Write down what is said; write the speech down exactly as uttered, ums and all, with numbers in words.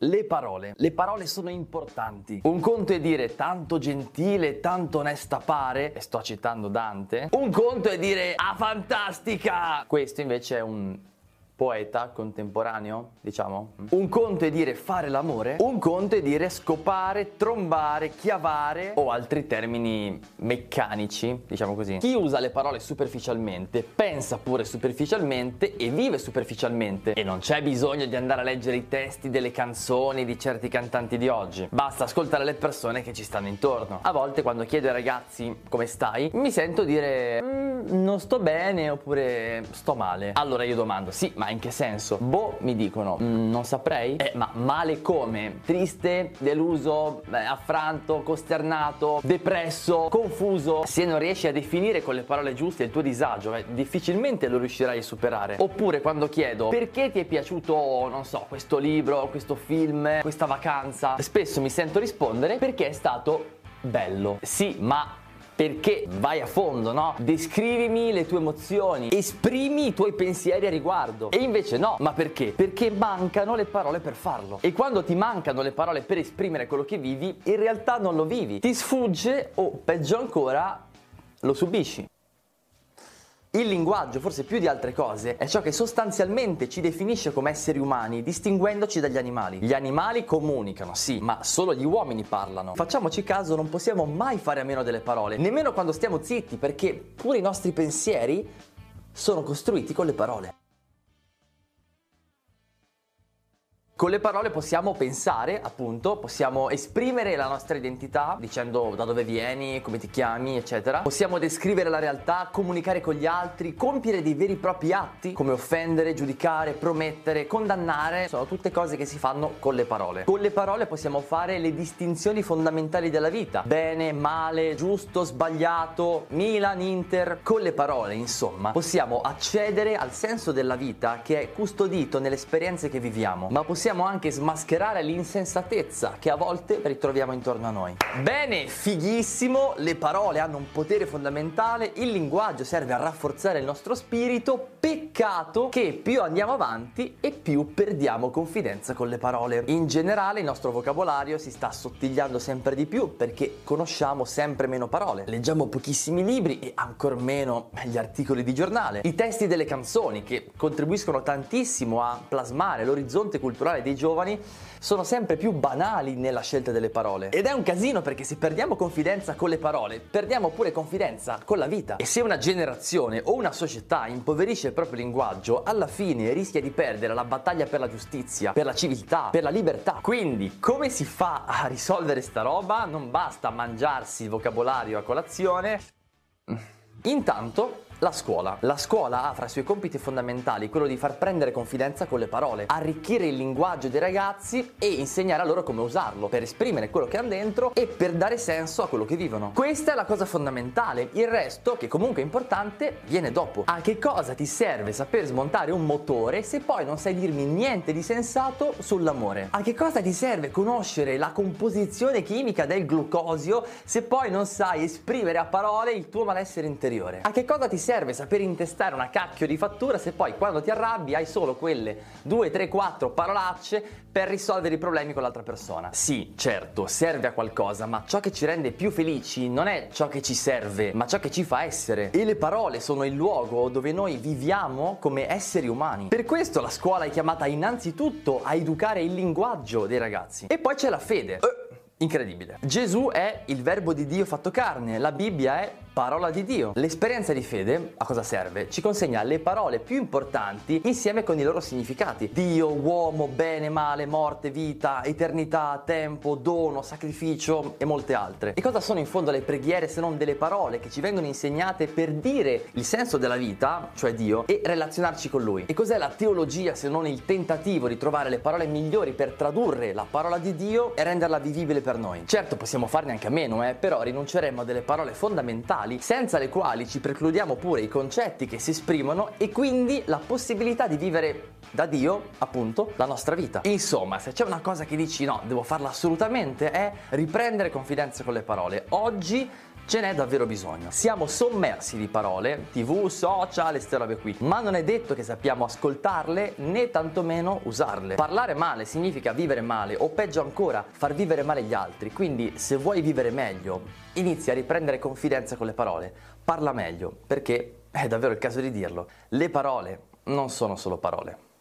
Le parole. Le parole sono importanti. Un conto è dire tanto gentile, tanto onesta pare, e sto citando Dante. Un conto è dire ah fantastica! Questo invece è un poeta contemporaneo, diciamo. Un conto è dire fare l'amore, un conto è dire scopare, trombare, chiavare o altri termini meccanici, diciamo così. Chi usa le parole superficialmente pensa pure superficialmente e vive superficialmente e non c'è bisogno di andare a leggere i testi delle canzoni di certi cantanti di oggi. Basta ascoltare le persone che ci stanno intorno. A volte quando chiedo ai ragazzi come stai, mi sento dire mm, non sto bene oppure sto male. Allora io domando, sì, ma in che senso? Boh, mi dicono, mm, non saprei. Eh, ma male come? Triste, deluso, beh, affranto, costernato, depresso, confuso. Se non riesci a definire con le parole giuste il tuo disagio, eh, difficilmente lo riuscirai a superare. Oppure quando chiedo perché ti è piaciuto, non so, questo libro, questo film, questa vacanza, spesso mi sento rispondere perché è stato bello. Sì, ma perché vai a fondo, no? Descrivimi le tue emozioni, esprimi i tuoi pensieri a riguardo. E invece no, ma perché? Perché mancano le parole per farlo. E quando ti mancano le parole per esprimere quello che vivi, in realtà non lo vivi. Ti sfugge o, peggio ancora, lo subisci. Il linguaggio, forse più di altre cose, è ciò che sostanzialmente ci definisce come esseri umani, distinguendoci dagli animali. Gli animali comunicano, sì, ma solo gli uomini parlano. Facciamoci caso, non possiamo mai fare a meno delle parole, nemmeno quando stiamo zitti, perché pure i nostri pensieri sono costruiti con le parole. Con le parole possiamo pensare, appunto, possiamo esprimere la nostra identità dicendo da dove vieni, come ti chiami, eccetera. Possiamo descrivere la realtà, comunicare con gli altri, compiere dei veri e propri atti, come offendere, giudicare, promettere, condannare. Sono tutte cose che si fanno con le parole. Con le parole possiamo fare le distinzioni fondamentali della vita. Bene, male, giusto, sbagliato, Milan, Inter. Con le parole, insomma, possiamo accedere al senso della vita che è custodito nelle esperienze che viviamo, ma possiamo anche smascherare l'insensatezza che a volte ritroviamo intorno a noi. Bene, fighissimo, le parole hanno un potere fondamentale, il linguaggio serve a rafforzare il nostro spirito, peccato che più andiamo avanti e più perdiamo confidenza con le parole. In generale il nostro vocabolario si sta assottigliando sempre di più perché conosciamo sempre meno parole, leggiamo pochissimi libri e ancor meno gli articoli di giornale, i testi delle canzoni che contribuiscono tantissimo a plasmare l'orizzonte culturale dei giovani sono sempre più banali nella scelta delle parole. Ed è un casino perché se perdiamo confidenza con le parole, perdiamo pure confidenza con la vita. E se una generazione o una società impoverisce il proprio linguaggio, alla fine rischia di perdere la battaglia per la giustizia, per la civiltà, per la libertà. Quindi, come si fa a risolvere sta roba? Non basta mangiarsi il vocabolario a colazione. Intanto la scuola. La scuola ha fra i suoi compiti fondamentali quello di far prendere confidenza con le parole, arricchire il linguaggio dei ragazzi e insegnare a loro come usarlo per esprimere quello che hanno dentro e per dare senso a quello che vivono. Questa è la cosa fondamentale, il resto, che comunque è importante, viene dopo. A che cosa ti serve saper smontare un motore se poi non sai dirmi niente di sensato sull'amore? A che cosa ti serve conoscere la composizione chimica del glucosio se poi non sai esprimere a parole il tuo malessere interiore? A che cosa ti serve serve saper intestare una cacchio di fattura se poi quando ti arrabbi hai solo quelle due, tre, quattro parolacce per risolvere i problemi con l'altra persona? Sì, certo, serve a qualcosa, ma ciò che ci rende più felici non è ciò che ci serve, ma ciò che ci fa essere. E le parole sono il luogo dove noi viviamo come esseri umani. Per questo la scuola è chiamata innanzitutto a educare il linguaggio dei ragazzi. E poi c'è la fede. Eh, incredibile. Gesù è il verbo di Dio fatto carne, la Bibbia è parola di Dio. L'esperienza di fede a cosa serve? Ci consegna le parole più importanti insieme con i loro significati. Dio, uomo, bene, male, morte, vita, eternità, tempo, dono, sacrificio e molte altre. E cosa sono in fondo le preghiere se non delle parole che ci vengono insegnate per dire il senso della vita, cioè Dio, e relazionarci con Lui? E cos'è la teologia se non il tentativo di trovare le parole migliori per tradurre la parola di Dio e renderla vivibile per noi? Certo, possiamo farne anche a meno, eh, però rinunceremo a delle parole fondamentali senza le quali ci precludiamo pure i concetti che si esprimono e quindi la possibilità di vivere da Dio, appunto, la nostra vita. Insomma, se c'è una cosa che dici no, devo farla assolutamente, è riprendere confidenza con le parole. Oggi Ce n'è davvero bisogno. Siamo sommersi di parole, tv, social e ste robe qui, ma non è detto che sappiamo ascoltarle né tantomeno usarle. Parlare male significa vivere male o peggio ancora far vivere male gli altri, quindi se vuoi vivere meglio inizia a riprendere confidenza con le parole, parla meglio, perché è davvero il caso di dirlo, le parole non sono solo parole.